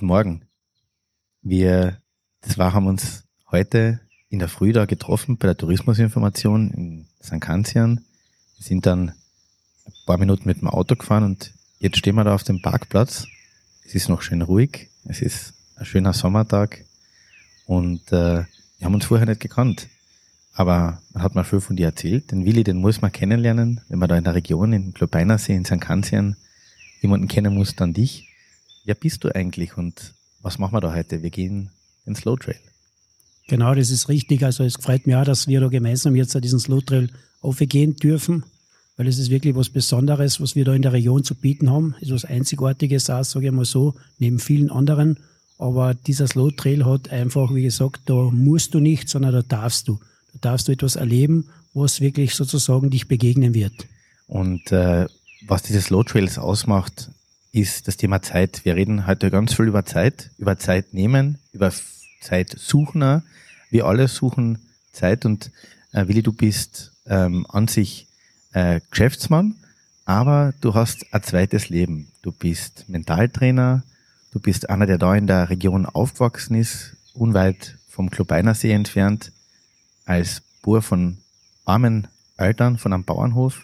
Guten Morgen. Haben uns heute in der Früh da getroffen bei der Tourismusinformation in St. Kanzian. Wir sind dann ein paar Minuten mit dem Auto gefahren und jetzt stehen wir da auf dem Parkplatz. Es ist noch schön ruhig, es ist ein schöner Sommertag und wir haben uns vorher nicht gekannt. Aber man hat mir viel von dir erzählt. Den Willi, den muss man kennenlernen, wenn man da in der Region, im Klobeinersee, in St. Kanzian jemanden kennen muss, dann dich. Wer bist du eigentlich und was machen wir da heute? Wir gehen den Slow Trail. Genau, das ist richtig. Also es freut mich auch, dass wir da gemeinsam jetzt diesen Slow Trail aufgehen dürfen, weil es ist wirklich was Besonderes, was wir da in der Region zu bieten haben. Es ist was Einzigartiges auch, sage ich mal so, neben vielen anderen. Aber dieser Slow Trail hat einfach, wie gesagt, da musst du nicht, sondern da darfst du. Da darfst du etwas erleben, was wirklich sozusagen dich begegnen wird. Und was diese Slow Trails ausmacht, ist das Thema Zeit. Wir reden heute ganz viel über Zeit nehmen, über Zeit suchen auch. Wir alle suchen Zeit und Willi, du bist an sich Geschäftsmann, aber du hast ein zweites Leben. Du bist Mentaltrainer, du bist einer, der da in der Region aufgewachsen ist, unweit vom Klobeinersee entfernt, als Bub von armen Eltern, von einem Bauernhof.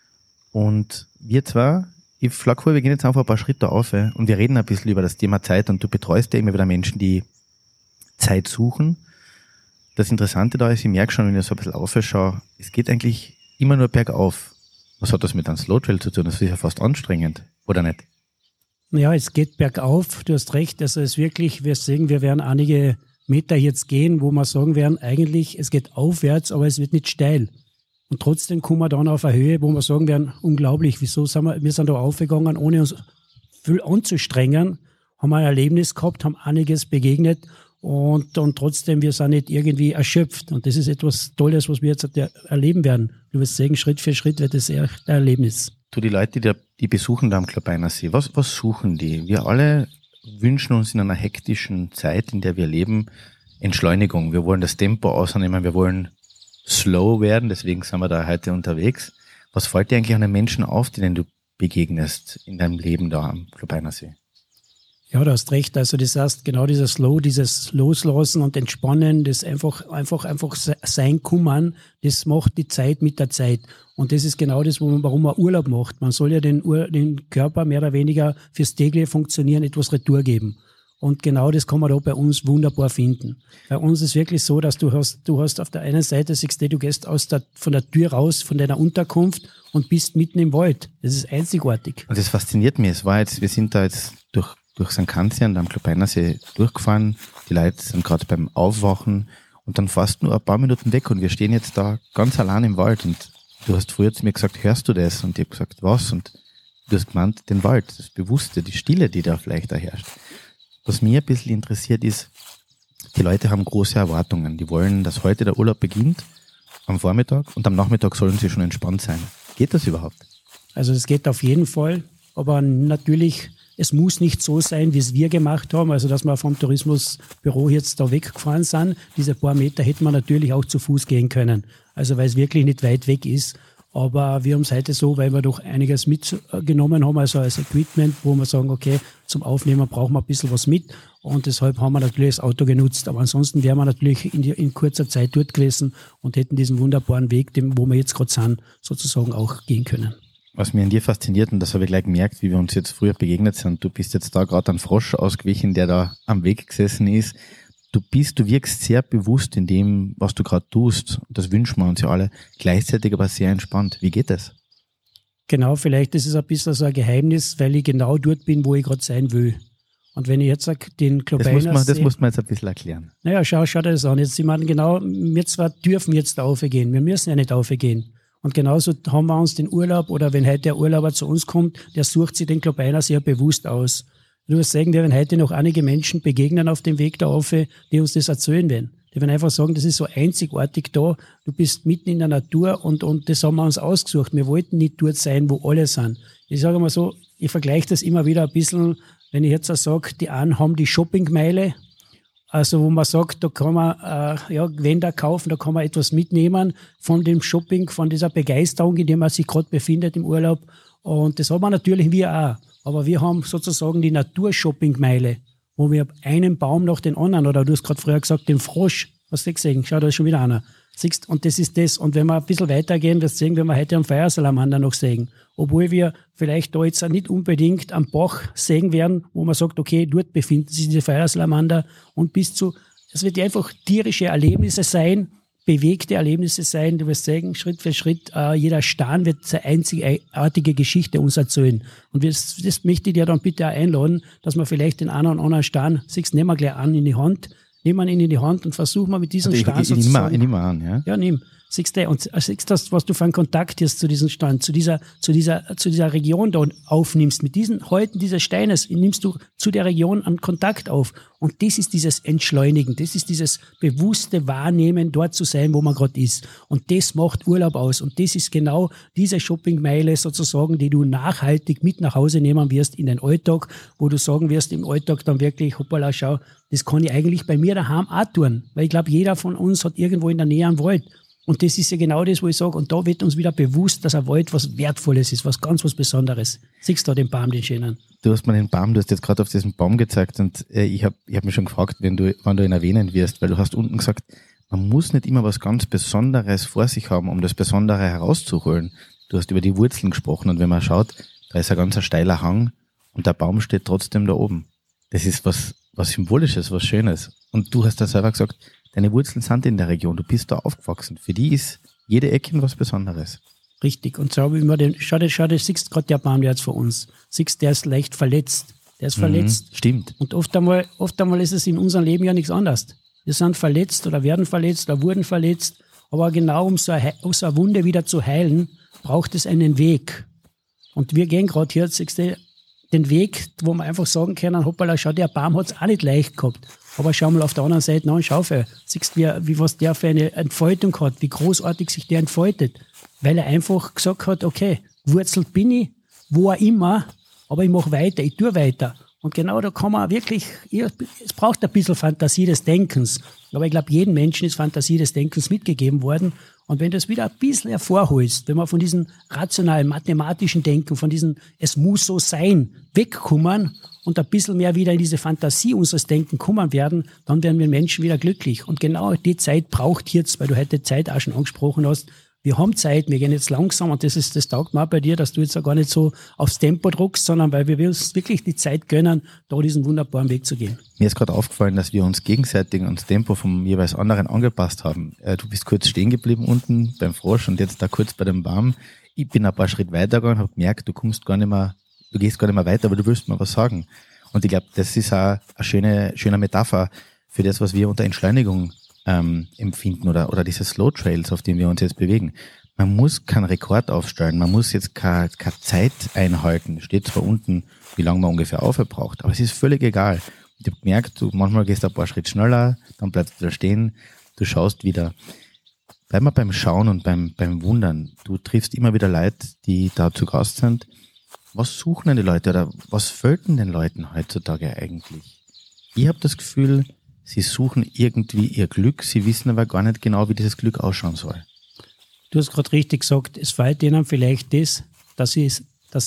Und wir zwei, ich schlage vor, wir gehen jetzt einfach ein paar Schritte auf und wir reden ein bisschen über das Thema Zeit und du betreust ja immer wieder Menschen, die Zeit suchen. Das Interessante da ist, ich merke schon, wenn ich so ein bisschen aufschaue, es geht eigentlich immer nur bergauf. Was hat das mit einem Slow Trail zu tun? Das ist ja fast anstrengend, oder nicht? Ja, es geht bergauf, du hast recht. Also es ist wirklich, wir sehen, wir werden einige Meter jetzt gehen, wo wir sagen werden, eigentlich, es geht aufwärts, aber es wird nicht steil. Und trotzdem kommen wir dann auf eine Höhe, wo wir sagen werden, unglaublich, wieso sind wir sind da aufgegangen, ohne uns viel anzustrengen, haben ein Erlebnis gehabt, haben einiges begegnet und trotzdem, wir sind nicht irgendwie erschöpft. Und das ist etwas Tolles, was wir jetzt erleben werden. Du wirst sagen, Schritt für Schritt wird es echt ein Erlebnis. Du, die Leute, die besuchen da am Klobeinersee, was suchen die? Wir alle wünschen uns in einer hektischen Zeit, in der wir leben, Entschleunigung. Wir wollen das Tempo ausnehmen, wir wollen slow werden, deswegen sind wir da heute unterwegs. Was fällt dir eigentlich an den Menschen auf, denen du begegnest in deinem Leben da am Klobeinersee? Ja, du hast recht. Also das heißt, genau dieses Loslassen und Entspannen, das einfach sein Kummern, das macht die Zeit mit der Zeit. Und das ist genau das, warum man Urlaub macht. Man soll ja den Körper mehr oder weniger fürs tägliche Funktionieren etwas Retour geben. Und genau das kann man da bei uns wunderbar finden. Bei uns ist wirklich so, dass du hast auf der einen Seite, siehst du gehst von der Tür raus, von deiner Unterkunft und bist mitten im Wald. Das ist einzigartig. Und das fasziniert mich. Wir sind da jetzt durch St. Kanzian, am Klobeinersee durchgefahren. Die Leute sind gerade beim Aufwachen und dann fast nur ein paar Minuten weg und wir stehen jetzt da ganz allein im Wald und du hast früher zu mir gesagt, hörst du das? Und ich habe gesagt, was? Und du hast gemeint, den Wald, das Bewusste, die Stille, die da vielleicht da herrscht. Was mich ein bisschen interessiert ist, die Leute haben große Erwartungen. Die wollen, dass heute der Urlaub beginnt, am Vormittag und am Nachmittag sollen sie schon entspannt sein. Geht das überhaupt? Also es geht auf jeden Fall, aber natürlich, es muss nicht so sein, wie es wir gemacht haben, also dass wir vom Tourismusbüro jetzt da weggefahren sind. Diese paar Meter hätten wir natürlich auch zu Fuß gehen können, also weil es wirklich nicht weit weg ist. Aber wir haben es heute so, weil wir doch einiges mitgenommen haben, also als Equipment, wo wir sagen, okay, zum Aufnehmen brauchen wir ein bisschen was mit und deshalb haben wir natürlich das Auto genutzt. Aber ansonsten wären wir natürlich in kurzer Zeit dort gewesen und hätten diesen wunderbaren Weg, wo wir jetzt gerade sind, sozusagen auch gehen können. Was mir an dir fasziniert, und das habe ich gleich gemerkt, wie wir uns jetzt früher begegnet sind, du bist jetzt da gerade ein Frosch ausgewichen, der da am Weg gesessen ist. Du wirkst sehr bewusst in dem, was du gerade tust. Das wünschen wir uns ja alle. Gleichzeitig aber sehr entspannt. Wie geht das? Genau, vielleicht ist es ein bisschen so ein Geheimnis, weil ich genau dort bin, wo ich gerade sein will. Und wenn ich jetzt sage, den Klobeinersee... Das muss man jetzt ein bisschen erklären. Naja, schau dir das an. Jetzt, ich meine, genau, wir zwar dürfen jetzt aufgehen, wir müssen ja nicht aufgehen. Und genauso haben wir uns den Urlaub, oder wenn heute der Urlauber zu uns kommt, der sucht sich den Klobeinersee ja bewusst aus. Du wirst sagen, wir werden heute noch einige Menschen begegnen auf dem Weg da rauf, die uns das erzählen werden. Die werden einfach sagen, das ist so einzigartig da, du bist mitten in der Natur und das haben wir uns ausgesucht. Wir wollten nicht dort sein, wo alle sind. Ich sage mal so, ich vergleiche das immer wieder ein bisschen, wenn ich jetzt auch sage, die einen haben die Shoppingmeile, also wo man sagt, da kann man Gewänder kaufen, da kann man etwas mitnehmen von dem Shopping, von dieser Begeisterung, in der man sich gerade befindet im Urlaub. Und das haben wir natürlich wir auch. Aber wir haben sozusagen die Natur-Shoppingmeile. wo wir einen Baum nach den anderen, oder du hast gerade früher gesagt, den Frosch, hast du gesehen? Schau, da ist schon wieder einer. Siehst, und das ist das. Und wenn wir ein bisschen weitergehen, wirst du sehen, wenn wir heute am Feuersalamander noch sägen. Obwohl wir vielleicht da jetzt auch nicht unbedingt am Bach sägen werden, wo man sagt, okay, dort befinden sich diese Feuersalamander und bis zu, es wird einfach tierische Erlebnisse sein, bewegte Erlebnisse sein. Du wirst sagen, Schritt für Schritt, jeder Stern wird seine einzigartige Geschichte uns erzählen. Und das möchte ich dir dann bitte auch einladen, dass wir vielleicht den einen oder anderen Stern, siehst, nehmen wir gleich an in die Hand, nehmen ihn in die Hand und versuchen wir mit diesem Stern sozusagen. Ich nehme an, ja? Ja, nimm. Siehst du, und siehst das, was du für einen Kontakt hast zu diesem Stand, zu dieser Region da aufnimmst. Mit diesen Häuten dieses Steines nimmst du zu der Region einen Kontakt auf. Und das ist dieses Entschleunigen, das ist dieses bewusste Wahrnehmen, dort zu sein, wo man gerade ist. Und das macht Urlaub aus. Und das ist genau diese Shoppingmeile sozusagen, die du nachhaltig mit nach Hause nehmen wirst in den Alltag, wo du sagen wirst im Alltag dann wirklich, hoppala, schau, das kann ich eigentlich bei mir daheim auch tun. Weil ich glaube, jeder von uns hat irgendwo in der Nähe einen Wald. Und das ist ja genau das, wo ich sage, und da wird uns wieder bewusst, dass ein Wald was Wertvolles ist, was ganz was Besonderes. Siehst du da den Baum, den schönen? Du hast mir den Baum, du hast jetzt gerade auf diesen Baum gezeigt und ich hab mich schon gefragt, wann du ihn erwähnen wirst, weil du hast unten gesagt, man muss nicht immer was ganz Besonderes vor sich haben, um das Besondere herauszuholen. Du hast über die Wurzeln gesprochen und wenn man schaut, da ist ein ganz steiler Hang und der Baum steht trotzdem da oben. Das ist was Symbolisches, was Schönes. Und du hast ja selber gesagt, deine Wurzeln sind in der Region, du bist da aufgewachsen. Für die ist jede Ecke was Besonderes. Richtig. Und so habe ich immer schau, siehst gerade der Baum, der jetzt vor uns. Siehst, der ist leicht verletzt. Der ist verletzt. Stimmt. Und oft einmal ist es in unserem Leben ja nichts anderes. Wir sind verletzt oder werden verletzt oder wurden verletzt. Aber genau um so eine Wunde wieder zu heilen, braucht es einen Weg. Und wir gehen gerade hier, siehst du, den Weg, wo wir einfach sagen können, hoppala, schau, der Baum hat es auch nicht leicht gehabt. Aber schau mal auf der anderen Seite an, schau für, siehst wie was der für eine Entfaltung hat, wie großartig sich der entfaltet. Weil er einfach gesagt hat, okay, wurzelt bin ich, wo auch immer, aber ich mache weiter, ich tue weiter. Und genau da kann man wirklich, es braucht ein bisschen Fantasie des Denkens. Aber ich glaube, jedem Menschen ist Fantasie des Denkens mitgegeben worden. Und wenn du das wieder ein bisschen hervorholst, wenn wir von diesem rationalen, mathematischen Denken, von diesem es muss so sein, wegkommen und ein bisschen mehr wieder in diese Fantasie unseres Denkens kommen werden, dann werden wir Menschen wieder glücklich. Und genau die Zeit braucht jetzt, weil du heute Zeit auch schon angesprochen hast, wir haben Zeit, wir gehen jetzt langsam und das taugt mir auch bei dir, dass du jetzt auch gar nicht so aufs Tempo druckst, sondern weil wir uns wirklich die Zeit gönnen, da diesen wunderbaren Weg zu gehen. Mir ist gerade aufgefallen, dass wir uns gegenseitig ans Tempo vom jeweils anderen angepasst haben. Du bist kurz stehen geblieben unten beim Frosch und jetzt da kurz bei dem Baum. Ich bin ein paar Schritte weitergegangen, habe gemerkt, du gehst gar nicht mehr weiter, aber du willst mir was sagen. Und ich glaube, das ist auch eine schöne Metapher für das, was wir unter Entschleunigung empfinden oder diese Slow Trails, auf denen wir uns jetzt bewegen. Man muss keinen Rekord aufstellen, man muss jetzt keine Zeit einhalten. Steht zwar unten, wie lange man ungefähr braucht, aber es ist völlig egal. Ich habe gemerkt, du manchmal gehst ein paar Schritte schneller, dann bleibst du da stehen, du schaust wieder. Bleib mal beim Schauen und beim Wundern. Du triffst immer wieder Leute, die da zu Gast sind. Was suchen denn die Leute oder was fehlt denn den Leuten heutzutage eigentlich? Ich habe das Gefühl, sie suchen irgendwie ihr Glück, sie wissen aber gar nicht genau, wie dieses Glück ausschauen soll. Du hast gerade richtig gesagt, es fehlt ihnen vielleicht das, dass es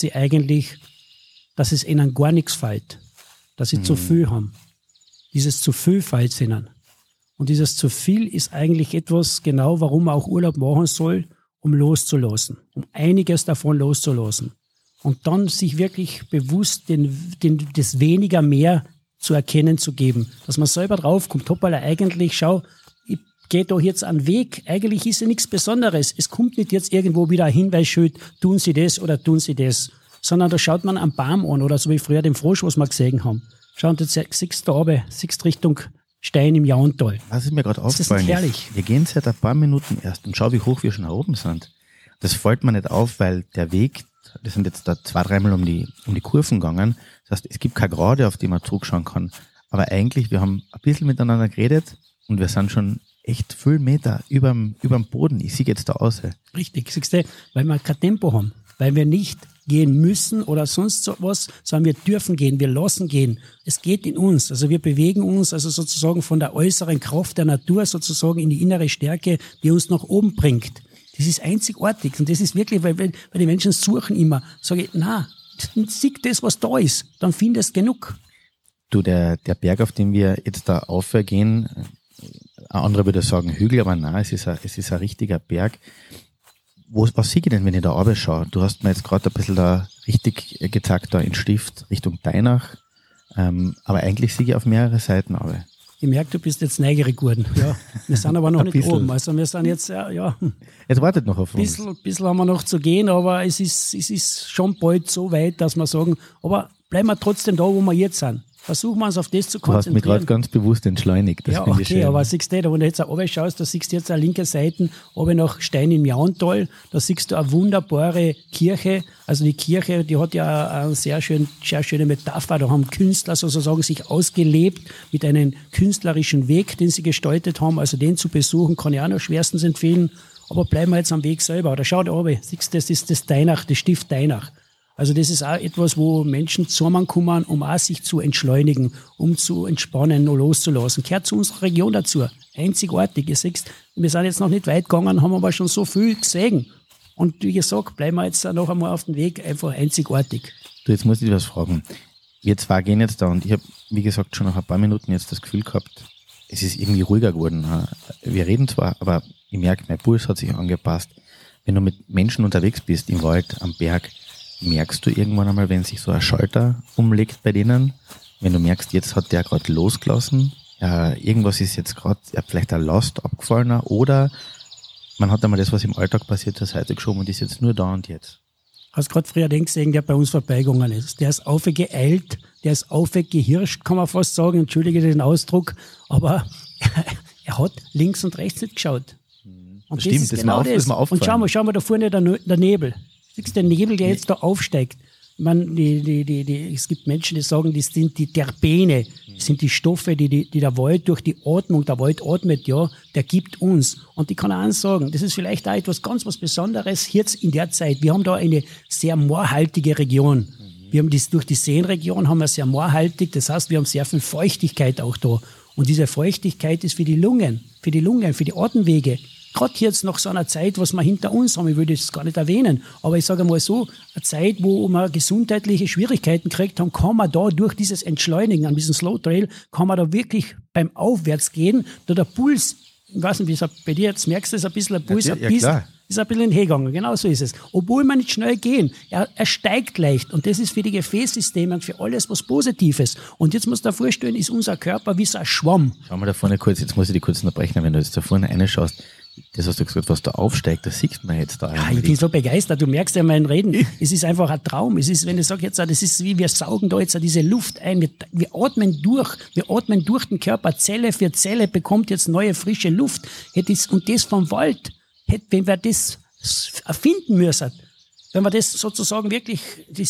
ihnen gar nichts fehlt, dass sie zu viel haben. Dieses zu viel fehlt es ihnen. Und dieses zu viel ist eigentlich etwas, genau warum man auch Urlaub machen soll, um loszulassen, um einiges davon loszulassen. Und dann sich wirklich bewusst das weniger mehr zu erkennen zu geben. Dass man selber draufkommt, hoppala, eigentlich, schau, ich gehe da jetzt einen Weg, eigentlich ist ja nichts Besonderes. Es kommt nicht jetzt irgendwo wieder ein Hinweisschild, tun Sie das oder tun Sie das. Sondern da schaut man am Baum an oder so wie früher den Frosch, was wir gesehen haben. Schau, und jetzt siehst du da oben, siehst Richtung Stein im Jauntal. Was ist mir gerade aufgefallen ist, wir gehen seit ein paar Minuten erst und schau, wie hoch wir schon nach oben sind. Das fällt mir nicht auf, weil der Weg, wir sind jetzt da 2-3 Mal um die Kurven gegangen. Das heißt, es gibt keine Gerade, auf die man zurückschauen kann. Aber eigentlich, wir haben ein bisschen miteinander geredet und wir sind schon echt viel Meter überm Boden. Ich sehe jetzt da aus. Richtig, siehst du, weil wir kein Tempo haben. Weil wir nicht gehen müssen oder sonst so was, sondern wir dürfen gehen, wir lassen gehen. Es geht in uns. Also wir bewegen uns also sozusagen von der äußeren Kraft der Natur sozusagen in die innere Stärke, die uns nach oben bringt. Das ist einzigartig und das ist wirklich, weil die Menschen suchen immer, sage ich, na, sieh das, was da ist, dann findest du genug. Du, der Berg, auf dem wir jetzt da aufgehen, ein anderer würde sagen Hügel, aber nein, es ist ein richtiger Berg. Was sehe ich denn, wenn ich da runter schaue? Du hast mir jetzt gerade ein bisschen da richtig gezeigt, da in Stift Richtung Deinach, aber eigentlich sehe ich auf mehrere Seiten runter. Ich merke, du bist jetzt neugierig geworden. Ja, wir sind aber noch nicht oben. Also wir sind jetzt, ja. Jetzt wartet noch auf uns. Ein bisschen haben wir noch zu gehen, aber es ist schon bald so weit, dass wir sagen, aber bleiben wir trotzdem da, wo wir jetzt sind. Versuchen wir uns auf das zu konzentrieren. Du hast mich gerade ganz bewusst entschleunigt. Das ja, okay, aber siehst du, wenn du jetzt auch schaust, da siehst du jetzt eine linke Seite, oben nach Stein im Jauntal, da siehst du eine wunderbare Kirche. Also die Kirche, die hat ja eine sehr schöne Metapher. Da haben Künstler sozusagen sich ausgelebt mit einem künstlerischen Weg, den sie gestaltet haben. Also den zu besuchen, kann ich auch noch schwerstens empfehlen. Aber bleiben wir jetzt am Weg selber. Da schau da oben, siehst du, das ist das Deinach, das Stift Deinach. Also das ist auch etwas, wo Menschen zusammenkommen, um auch sich zu entschleunigen, um zu entspannen und loszulassen. Gehört zu unserer Region dazu. Einzigartig. Ihr seht, wir sind jetzt noch nicht weit gegangen, haben aber schon so viel gesehen. Und wie gesagt, bleiben wir jetzt noch einmal auf dem Weg, einfach einzigartig. Du, jetzt muss ich dich was fragen. Wir zwei gehen jetzt da und ich habe, wie gesagt, schon nach ein paar Minuten jetzt das Gefühl gehabt, es ist irgendwie ruhiger geworden. Wir reden zwar, aber ich merke, mein Puls hat sich angepasst. Wenn du mit Menschen unterwegs bist, im Wald, am Berg, merkst du irgendwann einmal, wenn sich so ein Schalter umlegt bei denen, wenn du merkst, jetzt hat der gerade losgelassen, irgendwas ist jetzt gerade, vielleicht ein Last abgefallener, oder man hat einmal das, was im Alltag passiert, zur Seite geschoben und ist jetzt nur da und jetzt. Hast gerade früher den gesehen, der bei uns vorbeigegangen ist. Der ist aufgeeilt, der ist aufgehirscht, kann man fast sagen, entschuldige den Ausdruck, aber er hat links und rechts nicht geschaut. Und das stimmt, ist genau das. Und schau mal da vorne der Nebel. Siehst du, der Nebel, der jetzt da aufsteigt? Ich meine, es gibt Menschen, die sagen, das sind die Terpene, das sind die Stoffe, die der Wald durch die Atmung, der Wald atmet, ja, der gibt uns. Und ich kann auch sagen, das ist vielleicht auch etwas ganz was Besonderes jetzt in der Zeit. Wir haben da eine sehr moorhaltige Region. Wir haben durch die Seenregion haben wir sehr moorhaltig, das heißt, wir haben sehr viel Feuchtigkeit auch da. Und diese Feuchtigkeit ist für die Lungen, für die Atemwege. Gerade jetzt nach so einer Zeit, was wir hinter uns haben, ich will das gar nicht erwähnen, aber ich sage mal so, eine Zeit, wo wir gesundheitliche Schwierigkeiten gekriegt haben, kann man da durch dieses Entschleunigen an diesem Slow Trail, kann man da wirklich beim Aufwärtsgehen, da der Puls, ich weiß nicht, wie es bei dir jetzt merkst, du, ist ein bisschen der Puls, ist ein bisschen in den gegangen, genau so ist es. Obwohl wir nicht schnell gehen, er steigt leicht und das ist für die Gefäßsysteme und für alles was Positives. Und jetzt musst du dir vorstellen, ist unser Körper wie so ein Schwamm. Schau mal da vorne kurz, jetzt muss ich dich kurz unterbrechen, wenn du jetzt da vorne reinschaust. Das hast du gesagt, was da aufsteigt, das sieht man jetzt da. Ja, ich bin so begeistert, du merkst ja mein Reden. Es ist einfach ein Traum. Es ist, wenn ich sage jetzt, das ist wie wir saugen da jetzt diese Luft ein. Wir atmen durch den Körper. Zelle für Zelle bekommt jetzt neue, frische Luft. Und das vom Wald. Wenn wir das erfinden müssen, wenn wir das sozusagen wirklich,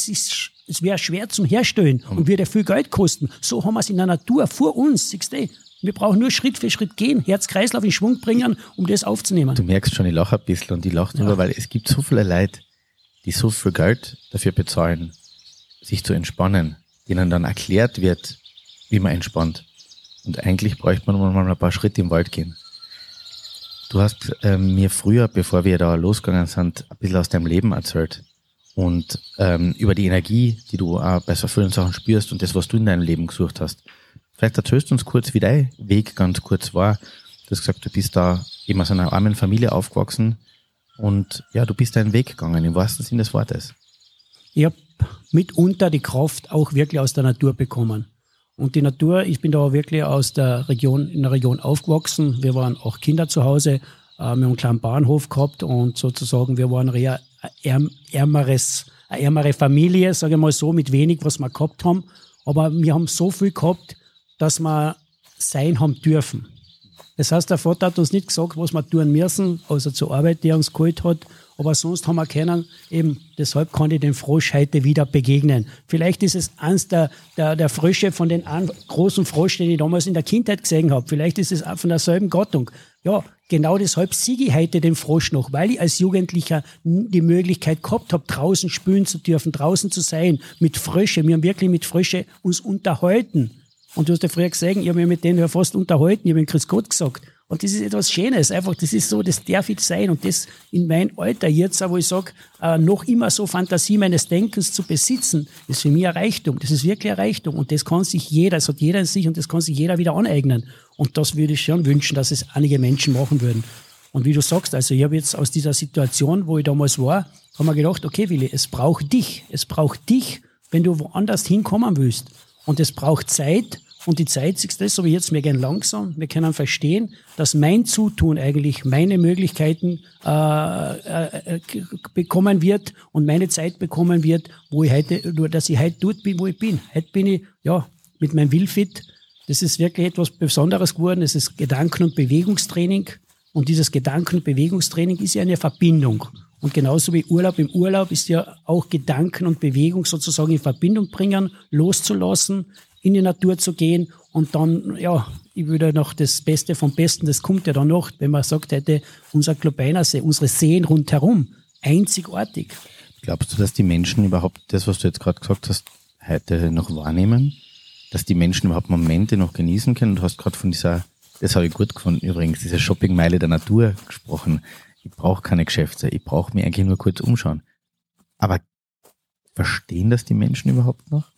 es wäre schwer zum Herstellen und würde viel Geld kosten. So haben wir es in der Natur vor uns, siehst du? Wir brauchen nur Schritt für Schritt gehen, Herz-Kreislauf in Schwung bringen, um das aufzunehmen. Du merkst schon, ich lache ein bisschen und ich lache drüber, weil es gibt so viele Leute, die so viel Geld dafür bezahlen, sich zu entspannen, denen dann erklärt wird, wie man entspannt. Und eigentlich bräuchte man mal ein paar Schritte im Wald gehen. Du hast mir früher, bevor wir da losgegangen sind, ein bisschen aus deinem Leben erzählt und über die Energie, die du auch bei so vielen Sachen spürst und das, was du in deinem Leben gesucht hast. Vielleicht erzählst du uns kurz, wie dein Weg ganz kurz war. Du hast gesagt, du bist da eben aus einer armen Familie aufgewachsen und ja, du bist deinen Weg gegangen, im wahrsten Sinne des Wortes. Ich habe mitunter die Kraft auch wirklich aus der Natur bekommen. Und die Natur, ich bin da wirklich in der Region aufgewachsen. Wir waren auch Kinder zu Hause. Wir haben einen kleinen Bahnhof gehabt und sozusagen wir waren eher eine ärmere Familie, sage ich mal so, mit wenig, was wir gehabt haben. Aber wir haben so viel gehabt, dass wir sein haben dürfen. Das heißt, der Vater hat uns nicht gesagt, was wir tun müssen, außer zur Arbeit, die er uns geholt hat. Aber sonst haben wir können, eben, deshalb kann ich dem Frosch heute wieder begegnen. Vielleicht ist es eins der Frösche von den großen Frosch, den ich damals in der Kindheit gesehen habe. Vielleicht ist es auch von derselben Gattung. Ja, genau deshalb siege ich heute den Frosch noch, weil ich als Jugendlicher die Möglichkeit gehabt habe, draußen spielen zu dürfen, draußen zu sein, mit Frösche. Wir haben wirklich mit Frösche uns unterhalten. Und du hast ja früher gesehen, ich habe mich mit denen ja fast unterhalten, ich habe ihm Grüß Gott gesagt. Und das ist etwas Schönes, einfach, das ist so, das darf ich sein. Und das in meinem Alter jetzt, wo ich sage, noch immer so Fantasie meines Denkens zu besitzen, ist für mich ein Reichtum. Das ist wirklich ein Reichtum. Und das kann sich jeder, das hat jeder in sich und das kann sich jeder wieder aneignen. Und das würde ich schon wünschen, dass es einige Menschen machen würden. Und wie du sagst, also ich habe jetzt aus dieser Situation, wo ich damals war, haben wir gedacht, okay, Willi, es braucht dich, wenn du woanders hinkommen willst. Und es braucht Zeit. Und die Zeit, siehst du das, so wie jetzt, wir gehen langsam, wir können verstehen, dass mein Zutun eigentlich meine Möglichkeiten bekommen wird und meine Zeit bekommen wird, wo ich heute, nur dass ich heute dort bin, wo ich bin. Heute bin ich, ja, mit meinem Willfit, das ist wirklich etwas Besonderes geworden, das ist Gedanken- und Bewegungstraining. Und dieses Gedanken- und Bewegungstraining ist ja eine Verbindung. Und genauso wie Urlaub im Urlaub ist ja auch Gedanken und Bewegung sozusagen in Verbindung bringen, loszulassen, in die Natur zu gehen und dann, ja, ich würde noch das Beste vom Besten, das kommt ja dann noch, wenn man sagt, heute unser Globeinersee, unsere Seen rundherum, einzigartig. Glaubst du, dass die Menschen überhaupt das, was du jetzt gerade gesagt hast, heute noch wahrnehmen? Dass die Menschen überhaupt Momente noch genießen können? Du hast gerade von dieser, das habe ich gut gefunden übrigens, diese Shoppingmeile der Natur gesprochen. Ich brauche keine Geschäfte, ich brauche mich eigentlich nur kurz umschauen. Aber verstehen das die Menschen überhaupt noch?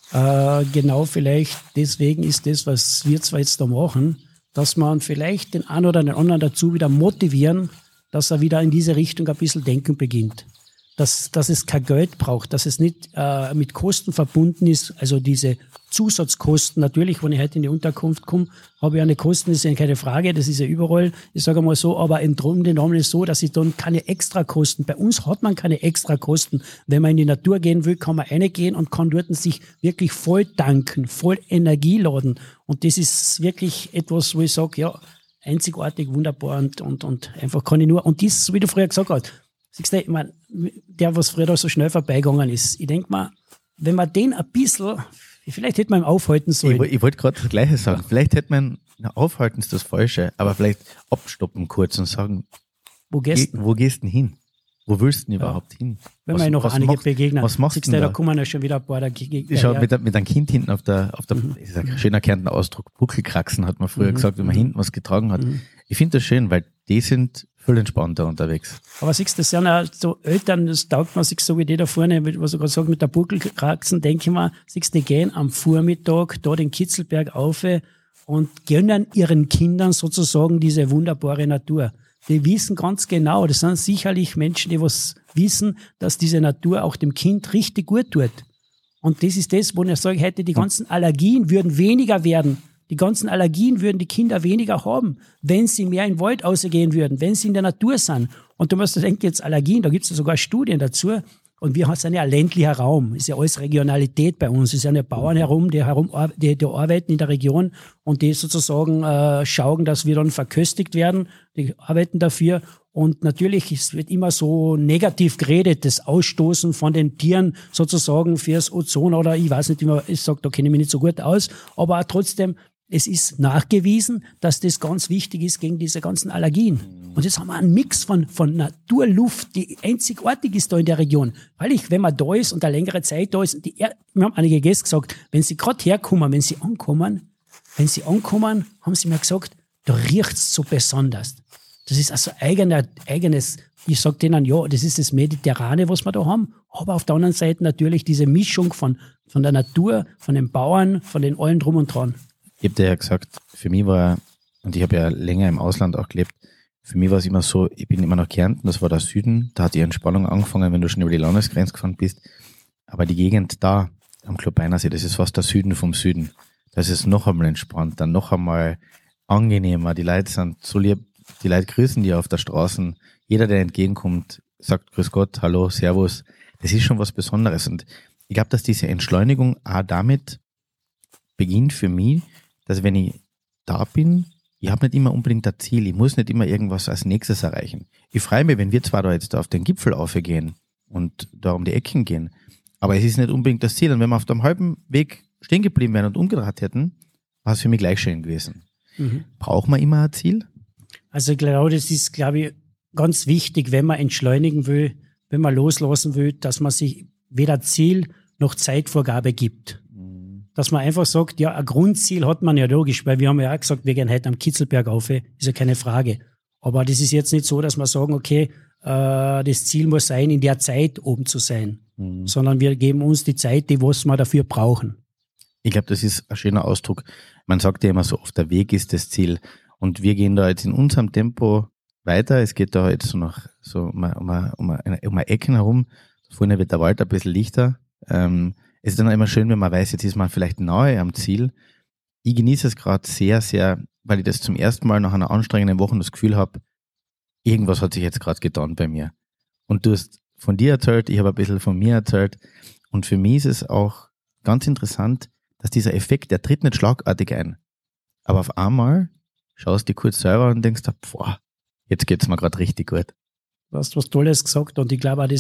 Genau, vielleicht deswegen ist das, was wir zwar jetzt da machen, dass man vielleicht den einen oder den anderen dazu wieder motivieren, dass er wieder in diese Richtung ein bisschen denken beginnt. Dass es kein Geld braucht, dass es nicht mit Kosten verbunden ist, also diese Zusatzkosten. Natürlich, wenn ich heute in die Unterkunft komme, habe ich eine Kosten, das ist ja keine Frage, das ist ja überall, ich sage mal so, aber im Grunde genommen ist es so, dass ich dann keine Extrakosten, bei uns hat man keine Extrakosten. Wenn man in die Natur gehen will, kann man reingehen und kann dort sich wirklich voll tanken, voll Energie laden. Und das ist wirklich etwas, wo ich sage, ja, einzigartig, wunderbar und einfach kann ich nur, und das, wie du früher gesagt hast, siehst du, ich meine, der, was früher da so schnell vorbeigegangen ist, ich denke mal, wenn man den ein bisschen, vielleicht hätte man ihn aufhalten sollen. Ich wollte gerade das Gleiche sagen. Vielleicht hätte man, aufhalten ist das Falsche, aber vielleicht abstoppen kurz und sagen, wo gehst du denn hin? Wo willst du denn überhaupt hin? Wenn man noch einige begegnen. Was machst du da kommen ja schon wieder ein paar dagegen. Ich schau, mit einem Kind hinten auf der das ist ein schöner Kärntner Ausdruck, Buckelkraxen hat man früher gesagt, wenn man hinten was getragen hat. Ich finde das schön, weil die sind viel entspannter unterwegs. Aber siehst du, das sind ja so Eltern, das taugt man sich so wie die da vorne, was du gerade sagst, mit der Buckelkraxen, denke ich mal, siehst du, die gehen am Vormittag da den Kitzelberg auf und gönnen ihren Kindern sozusagen diese wunderbare Natur. Die wissen ganz genau, das sind sicherlich Menschen, die was wissen, dass diese Natur auch dem Kind richtig gut tut. Und das ist das, wo ich sage, heute die ganzen Allergien würden weniger werden. Die ganzen Allergien würden die Kinder weniger haben, wenn sie mehr in den Wald rausgehen würden, wenn sie in der Natur sind. Und du musst denken, jetzt Allergien, da gibt es ja sogar Studien dazu. Und wir sind ja ein ländlicher Raum, ist ja alles Regionalität bei uns. Es sind ja Bauern die arbeiten in der Region und die sozusagen schauen, dass wir dann verköstigt werden. Die arbeiten dafür. Und natürlich, es wird immer so negativ geredet, das Ausstoßen von den Tieren sozusagen fürs Ozon oder ich weiß nicht, wie man es sagt, da kenne ich mich nicht so gut aus. Aber trotzdem, es ist nachgewiesen, dass das ganz wichtig ist gegen diese ganzen Allergien. Und jetzt haben wir einen Mix von Naturluft, die einzigartig ist da in der Region. Weil wenn man da ist und eine längere Zeit da ist, wir haben einige Gäste gesagt, wenn sie gerade herkommen, wenn sie ankommen, haben sie mir gesagt, da riecht's so besonders. Das ist also eigenes, ich sag denen, ja, das ist das Mediterrane, was wir da haben. Aber auf der anderen Seite natürlich diese Mischung von der Natur, von den Bauern, von den allen drum und dran. Ich habe dir ja gesagt, für mich war, und ich habe ja länger im Ausland auch gelebt, für mich war es immer so, ich bin immer nach Kärnten, das war der Süden, da hat die Entspannung angefangen, wenn du schon über die Landesgrenze gefahren bist. Aber die Gegend da am Klobeinersee, das ist fast der Süden vom Süden. Das ist noch einmal entspannter, noch einmal angenehmer. Die Leute sind so lieb, die Leute grüßen dir auf der Straße. Jeder, der entgegenkommt, sagt Grüß Gott, Hallo, Servus. Das ist schon was Besonderes. Und ich glaube, dass diese Entschleunigung auch damit beginnt für mich, dass wenn ich da bin, ich habe nicht immer unbedingt ein Ziel, ich muss nicht immer irgendwas als nächstes erreichen. Ich freue mich, wenn wir zwar da jetzt auf den Gipfel aufgehen und da um die Ecken gehen, aber es ist nicht unbedingt das Ziel. Und wenn wir auf dem halben Weg stehen geblieben wären und umgedreht hätten, war es für mich gleich schön gewesen. Braucht man immer ein Ziel? Also genau, das ist, glaube ich, ganz wichtig, wenn man entschleunigen will, wenn man loslassen will, dass man sich weder Ziel noch Zeitvorgabe gibt. dass man einfach sagt, ja, ein Grundziel hat man ja logisch, weil wir haben ja auch gesagt, wir gehen heute am Kitzelberg auf, ist ja keine Frage. Aber das ist jetzt nicht so, dass wir sagen, okay, das Ziel muss sein, in der Zeit oben zu sein, sondern wir geben uns die Zeit, die was wir dafür brauchen. Ich glaube, das ist ein schöner Ausdruck. Man sagt ja immer so oft, der Weg ist das Ziel. Und wir gehen da jetzt in unserem Tempo weiter. Es geht da jetzt um eine Ecken herum. Vorne wird der Wald ein bisschen lichter. Es ist dann immer schön, wenn man weiß, jetzt ist man vielleicht nahe am Ziel. Ich genieße es gerade sehr, sehr, weil ich das zum ersten Mal nach einer anstrengenden Woche das Gefühl habe, irgendwas hat sich jetzt gerade getan bei mir. Und du hast von dir erzählt, ich habe ein bisschen von mir erzählt. Und für mich ist es auch ganz interessant, dass dieser Effekt, der tritt nicht schlagartig ein. Aber auf einmal schaust du dich kurz selber und denkst, boah, jetzt geht's mir gerade richtig gut. Du hast was Tolles gesagt und ich glaube auch,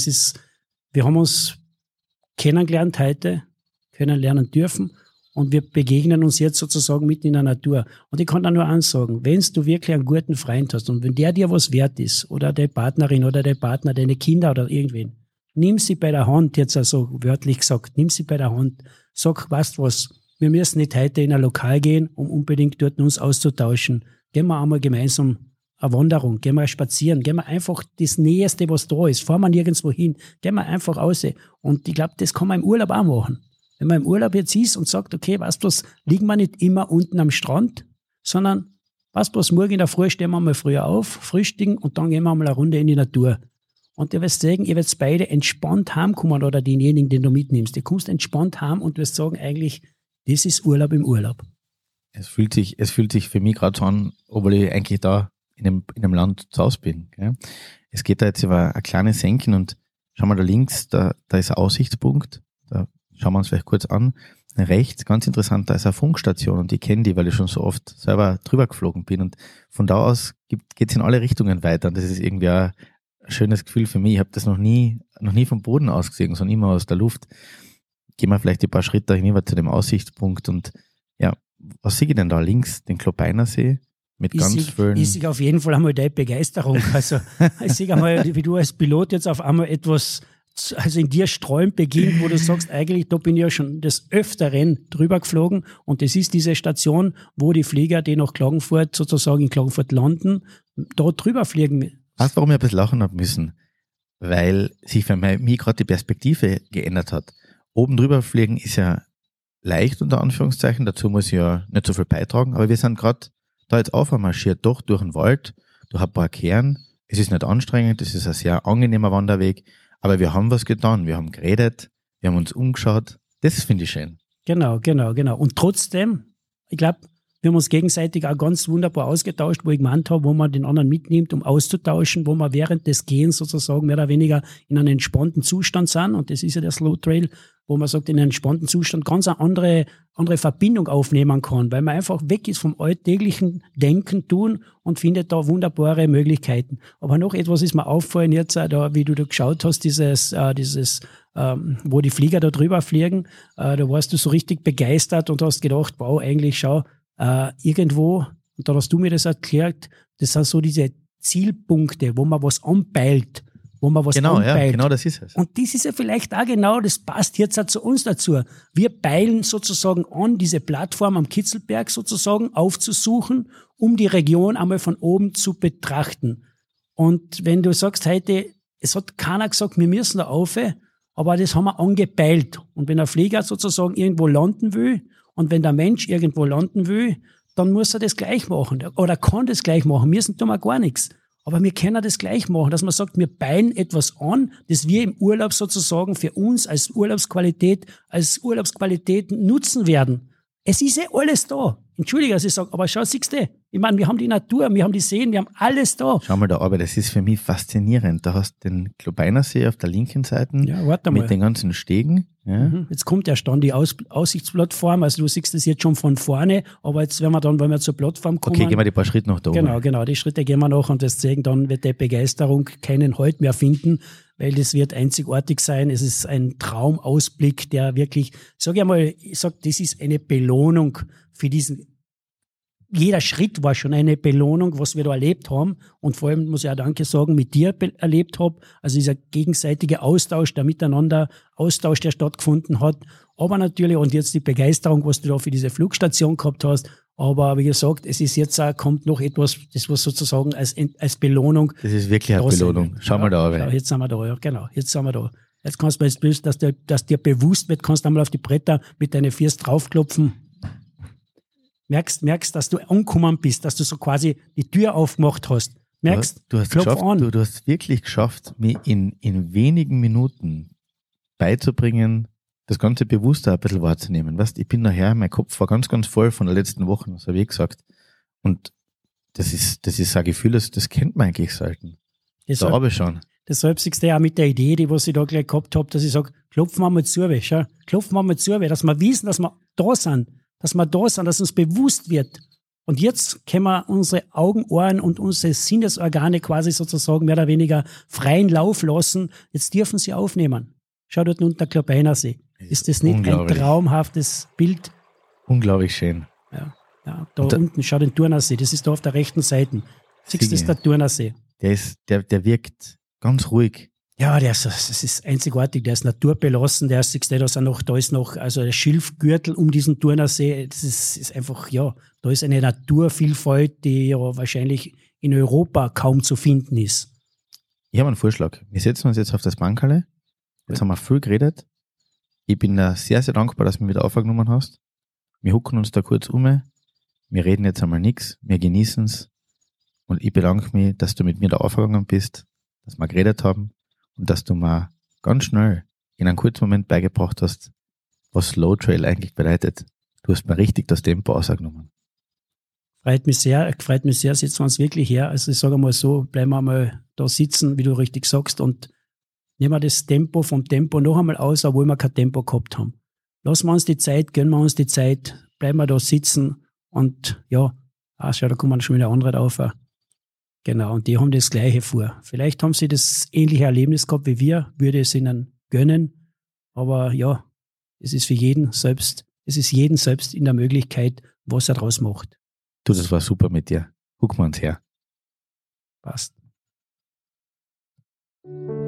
wir haben uns kennengelernt heute, kennenlernen dürfen und wir begegnen uns jetzt sozusagen mitten in der Natur. Und ich kann da nur eins sagen, wenn du wirklich einen guten Freund hast und wenn der dir was wert ist oder deine Partnerin oder der Partner, deine Kinder oder irgendwen, nimm sie bei der Hand, jetzt also wörtlich gesagt, nimm sie bei der Hand, sag, weißt was, wir müssen nicht heute in ein Lokal gehen, um unbedingt dort uns auszutauschen. Gehen wir einmal gemeinsam eine Wanderung, gehen wir spazieren, gehen wir einfach das Näheste, was da ist, fahren wir nirgendwo hin, gehen wir einfach raus. Und ich glaube, das kann man im Urlaub auch machen. Wenn man im Urlaub jetzt ist und sagt, okay, weißt du was, liegen wir nicht immer unten am Strand, sondern, weißt du was, morgen in der Früh stehen wir mal früher auf, frühstücken und dann gehen wir mal eine Runde in die Natur. Und ihr wirst sagen, ihr werdet beide entspannt heimkommen oder denjenigen, den du mitnimmst. Du kommst entspannt heim und wirst sagen, eigentlich, das ist Urlaub im Urlaub. Es fühlt sich für mich gerade so an, obwohl ich eigentlich da in einem Land zu Hause bin. Gell? Es geht da jetzt über ein kleines Senken und schau mal da links, da ist ein Aussichtspunkt, da schauen wir uns vielleicht kurz an. Rechts, ganz interessant, da ist eine Funkstation und ich kenne die, weil ich schon so oft selber drüber geflogen bin und von da aus geht es in alle Richtungen weiter und das ist irgendwie ein schönes Gefühl für mich. Ich habe das noch nie vom Boden aus gesehen, sondern immer aus der Luft. Gehen wir vielleicht ein paar Schritte hinüber zu dem Aussichtspunkt und ja, was sehe ich denn da links? Den Klobeiner See mit ganz vielen... Ich sehe auf jeden Fall einmal deine Begeisterung. Also ich sehe einmal, wie du als Pilot jetzt auf einmal etwas, also in dir strömt beginnt, wo du sagst, eigentlich, da bin ich ja schon des Öfteren drüber geflogen und das ist diese Station, wo die Flieger, die nach Klagenfurt sozusagen in Klagenfurt landen, da drüber fliegen. Weißt du, warum ich ein bisschen lachen habe müssen? Weil sich für mich gerade die Perspektive geändert hat. Oben drüber fliegen ist ja leicht, unter Anführungszeichen, dazu muss ich ja nicht so viel beitragen, aber wir sind gerade da jetzt aufmarschiert, doch durch den Wald, durch ein paar Kehren. Es ist nicht anstrengend, es ist ein sehr angenehmer Wanderweg, aber wir haben was getan, wir haben geredet, wir haben uns umgeschaut, das finde ich schön. Genau. Und trotzdem, ich glaube, wir haben uns gegenseitig auch ganz wunderbar ausgetauscht, wo ich gemeint habe, wo man den anderen mitnimmt, um auszutauschen, wo wir während des Gehens sozusagen mehr oder weniger in einem entspannten Zustand sind. Und das ist ja der Slow Trail, wo man sagt, in einem entspannten Zustand ganz eine andere Verbindung aufnehmen kann, weil man einfach weg ist vom alltäglichen Denken, Tun und findet da wunderbare Möglichkeiten. Aber noch etwas ist mir auffallen jetzt, da, wie du da geschaut hast, wo die Flieger da drüber fliegen, da warst du so richtig begeistert und hast gedacht, wow, eigentlich schau, irgendwo, und da hast du mir das erklärt, das sind so diese Zielpunkte, wo man was anpeilt, anpeilt. Ja, genau das ist es. Und das ist ja vielleicht auch genau, das passt jetzt auch zu uns dazu. Wir peilen sozusagen an, diese Plattform am Kitzelberg sozusagen aufzusuchen, um die Region einmal von oben zu betrachten. Und wenn du sagst heute, es hat keiner gesagt, wir müssen da rauf, aber das haben wir angepeilt. Und wenn ein Flieger sozusagen irgendwo landen will, und wenn der Mensch irgendwo landen will, dann muss er das gleich machen oder kann das gleich machen. Wir tun wir gar nichts. Aber wir können das gleich machen, dass man sagt, wir peilen etwas an, das wir im Urlaub sozusagen für uns als Urlaubsqualität nutzen werden. Es ist alles da. Entschuldige, dass ich sage, aber schau, siehst du, ich meine, wir haben die Natur, wir haben die Seen, wir haben alles da. Schau mal da, aber das ist für mich faszinierend. Da hast du den Klobeiner See auf der linken Seite mit den ganzen Stegen. Ja. Jetzt kommt erst dann die Aussichtsplattform, also du siehst das jetzt schon von vorne, aber jetzt wenn wir zur Plattform kommen. Okay, gehen wir die paar Schritte noch da oben. Genau, die Schritte gehen wir noch und deswegen dann wird die Begeisterung keinen Halt mehr finden, weil das wird einzigartig sein. Es ist ein Traumausblick, der wirklich, das ist eine Belohnung für diesen jeder Schritt war schon eine Belohnung, was wir da erlebt haben. Und vor allem muss ich auch Danke sagen, mit dir erlebt habe. Also dieser gegenseitige Austausch, der Miteinander, Austausch, der stattgefunden hat. Aber natürlich, und jetzt die Begeisterung, was du da für diese Flugstation gehabt hast. Aber wie gesagt, es ist jetzt auch, kommt noch etwas, das was sozusagen als Belohnung. Das ist wirklich eine Belohnung. Schau mal da. Ja, jetzt sind wir da, ja, genau. Jetzt sind wir da. Jetzt kannst du mir jetzt, dass dir bewusst wird, kannst du einmal auf die Bretter mit deinen Füßen draufklopfen. Merkst, dass du angekommen bist, dass du so quasi die Tür aufgemacht hast. Merkst, du hast geschafft, du hast wirklich geschafft, mir in wenigen Minuten beizubringen, das Ganze bewusster ein bisschen wahrzunehmen. Weißt, ich bin nachher, mein Kopf war ganz, ganz voll von der letzten Woche, das habe ich gesagt. Und das ist ein Gefühl, das kennt man eigentlich selten. Da habe ich schon. Deshalb siehst du ja auch mit der Idee, die was ich da gleich gehabt habe, dass ich sage, klopfen wir mal zu, schau, klopfen wir mal zu, dass wir wissen, dass wir da sind, dass uns bewusst wird. Und jetzt können wir unsere Augen, Ohren und unsere Sinnesorgane quasi sozusagen mehr oder weniger freien Lauf lassen. Jetzt dürfen sie aufnehmen. Schau dort unten der Klobeinersee. Ist das nicht ein traumhaftes Bild? Unglaublich schön. Ja, da unten, schau den Turnersee, das ist da auf der rechten Seite. Siehst du, das ist der Turnersee. Der wirkt ganz ruhig. Ja, das ist einzigartig, der ist naturbelassen, da ist noch, also der Schilfgürtel um diesen Turnersee, das ist einfach, ja, da ist eine Naturvielfalt, die ja wahrscheinlich in Europa kaum zu finden ist. Ich habe einen Vorschlag. Wir setzen uns jetzt auf das Bankerle. Jetzt haben wir viel geredet. Ich bin da sehr, sehr dankbar, dass du mich wieder aufgenommen hast. Wir hucken uns da kurz um. Wir reden jetzt einmal nichts. Wir genießen es. Und ich bedanke mich, dass du mit mir da aufgegangen bist, dass wir geredet haben und dass du mir ganz schnell in einem kurzen Moment beigebracht hast, was Slow Trail eigentlich bedeutet. Du hast mir richtig das Tempo ausgenommen. Freut mich sehr, sitzen wir uns wirklich her. Also ich sage mal so, bleiben wir mal da sitzen, wie du richtig sagst, und nehmen wir das Tempo vom Tempo noch einmal aus, obwohl wir kein Tempo gehabt haben. Lassen wir uns die Zeit, gönnen wir uns die Zeit, bleiben wir da sitzen und ja, schau, da kommen schon wieder andere drauf. Genau, und die haben das Gleiche vor. Vielleicht haben sie das ähnliche Erlebnis gehabt wie wir, würde es ihnen gönnen, aber ja, es ist jedem selbst in der Möglichkeit, was er draus macht. Du, das war super mit dir. Guck mal uns her. Passt.